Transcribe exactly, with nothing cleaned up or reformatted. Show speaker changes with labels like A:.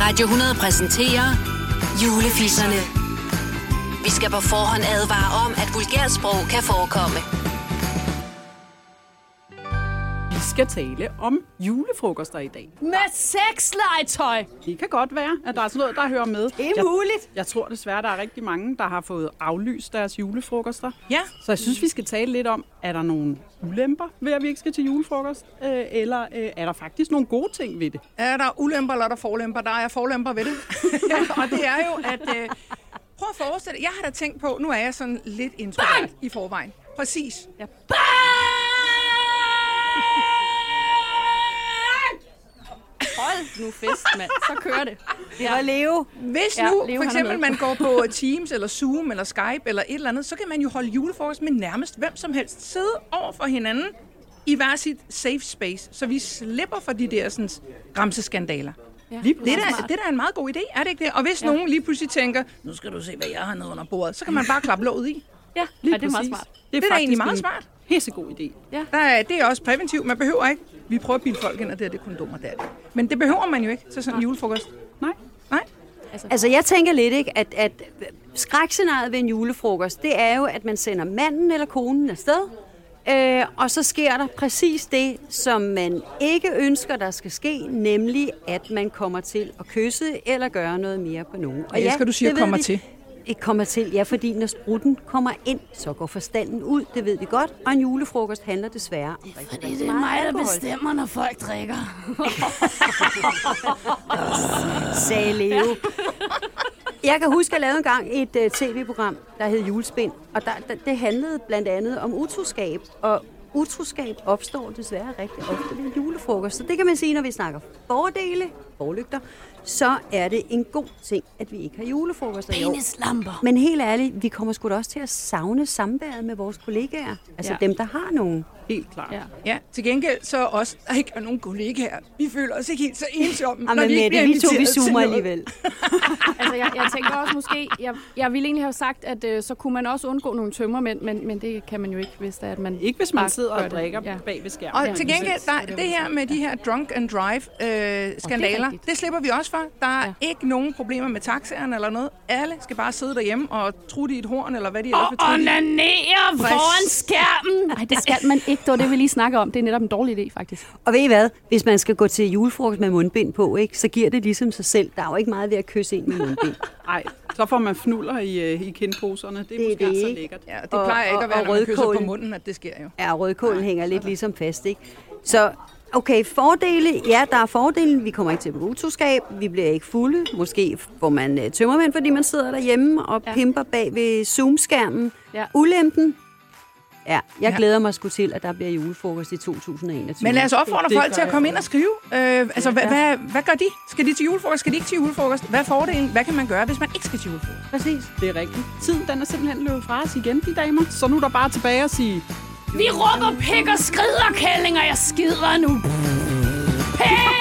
A: Radio hundrede præsenterer Julefisserne. Vi skal på forhånd advare om, at vulgært sprog kan forekomme.
B: Vi skal tale om julefrokoster i dag.
C: Med sexlegetøj!
B: Det kan godt være, at der er sådan noget, der hører med.
C: Det er muligt.
B: Jeg, jeg tror desværre, der er rigtig mange, der har fået aflyst deres julefrokoster.
C: Ja.
B: Så jeg synes, vi skal tale lidt om, er der nogle ulemper ved, at vi ikke skal til julefrokost? Øh, eller øh, er der faktisk nogle gode ting ved det?
D: Er der ulemper, eller er der forlemper? Der er forlemper ved det. Og det er jo, at... Øh, prøv at forestille dig, jeg har da tænkt på, nu er jeg sådan lidt introvert i forvejen. Præcis.
C: Ja. Hold nu fest, mand. Så kører det. Det var Leo.
D: Hvis
C: Ja,
D: nu
C: Leo,
D: for
C: han er
D: eksempel
C: med.
D: man går på Teams, eller Zoom, eller Skype, eller et eller andet, så kan man jo holde julefrokost med nærmest hvem som helst. Sidde over for hinanden i hver sit safe space, så vi slipper for de der sådan, ramseskandaler.
C: Ja,
D: Det er, da, det er da en meget god idé, er det ikke det? Og hvis
C: Ja.
D: nogen lige pludselig tænker, nu skal du se, hvad jeg har nede under bordet, så kan man bare klappe låget i.
C: Ja,
B: Lige
C: ja, det er meget
B: præcis.
C: smart.
D: Det er da egentlig meget smart.
B: Pissegod idé.
C: Ja.
D: Der er, det er også præventivt. Man behøver ikke. Vi prøver at bilde folk ind, at det er det kondomer, der er det. Men det behøver man jo ikke til sådan en julefrokost.
B: Nej.
D: Nej.
E: Altså, jeg tænker lidt, ikke, at, at skrækscenariet ved en julefrokost, det er jo, at man sender manden eller konen afsted, øh, og så sker der præcis det, som man ikke ønsker, der skal ske, nemlig at man kommer til at kysse eller gøre noget mere på nogen.
D: Og jeg elsker, du siger
E: det ved
D: kommer
E: vi.
D: til.
E: Ikke kommer til, ja, fordi når sprutten kommer ind, så går forstanden ud, det ved vi godt, og en julefrokost handler desværre om rigtig,
C: Fordi
E: rigtig
C: det er
E: meget
C: mig, der
E: alkohol.
C: bestemmer, når folk drikker.
E: Sagde Leo. Jeg kan huske, at jeg lavede engang et uh, tv-program, der hed Julespind, og der, der, det handlede blandt andet om utroskab, og utroskab opstår desværre rigtig ofte ved en julefrokost. Så det kan man sige, når vi snakker fordele, forlygter, så er det en god ting, at vi ikke har julefrokoster i år.
C: Penislamper.
E: Men helt ærligt, vi kommer sgu da også til at savne samværet med vores kollegaer. Altså
C: Ja.
E: dem, der har nogen.
B: Helt klart.
C: Ja.
D: Ja, til gengæld så også, der ikke er nogen kollegaer. Vi føler os ikke helt så ensomme,
E: Og
D: når
E: med
D: de ikke
E: Mette,
D: bliver
E: vi to, vi
D: inviteret til
E: zoomer
D: noget.
E: alligevel.
C: Altså, jeg, jeg tænker også måske, jeg, jeg ville egentlig have sagt, at øh, så kunne man også undgå nogle tømmermænd, men, men det kan man jo ikke, hvis det er, at man
B: Ikke hvis man
C: bare
B: sidder
C: gør
B: og
C: det.
B: drikker
C: Ja.
B: bag ved skærmen.
D: Og
C: Ja,
D: til gengæld,
C: præcis.
D: der,
C: Det er
D: det her med de her drunk and drive øh, skandaler,
C: rigtigt.
D: det slipper vi også for. Der er
C: Ja.
D: ikke nogen problemer med taxaerne eller noget. Alle skal bare sidde derhjemme og trutte i et horn, eller hvad de ellers
C: Og
D: vil trutte i.
C: onanere foran skærmen! Nej, det skal man ikke. Det var det, vi lige snakker om. Det er netop en dårlig idé, faktisk.
E: Og ved I hvad? Hvis man skal gå til julefrokost med mundbind på, ikke, så giver det ligesom sig selv. Der er jo ikke meget ved at kysse ind med mundbind.
B: Nej, så får man fnuller i, øh, i kindposerne. Det er
E: Det er
B: måske
E: det,
B: ikke så
E: ikke?
B: lækkert.
D: Ja, det
E: Og-
D: plejer ikke
E: og-
D: at være,
E: og
D: når man kysser på
E: rødkålen.
D: munden, at det sker jo.
E: Ja, rødkålen hænger lidt ligesom fast, ikke? Så, okay, fordele. Ja, der er fordelen. Vi kommer ikke til at begå utroskab. Vi bliver ikke fulde. Måske får man uh, tømmermænd, fordi man sidder derhjemme og
C: Ja.
E: pimper bag ved Zoom-skærmen.
C: Ja.
E: Ulempen. Ja, jeg
D: Ja.
E: glæder mig sgu til, at der bliver julefrokost i to tusind og enogtyve.
D: Men lad os opfordre
B: Det- det
D: folk
B: gør
D: til at
B: jeg
D: komme ind og skrive. Øh, altså, hvad,
C: Ja.
D: hvad, hvad gør de? Skal de til julefrokost? Skal de ikke til julefrokost? Hvad er fordelen? Hvad kan man gøre, hvis man ikke skal til julefrokost?
E: Præcis.
B: Det er rigtigt. Tiden den er simpelthen løbet fra os igen, de damer. Så nu er der bare tilbage at sige...
C: Vi råber pik og skrider, kællinger. Jeg skider nu. Pik!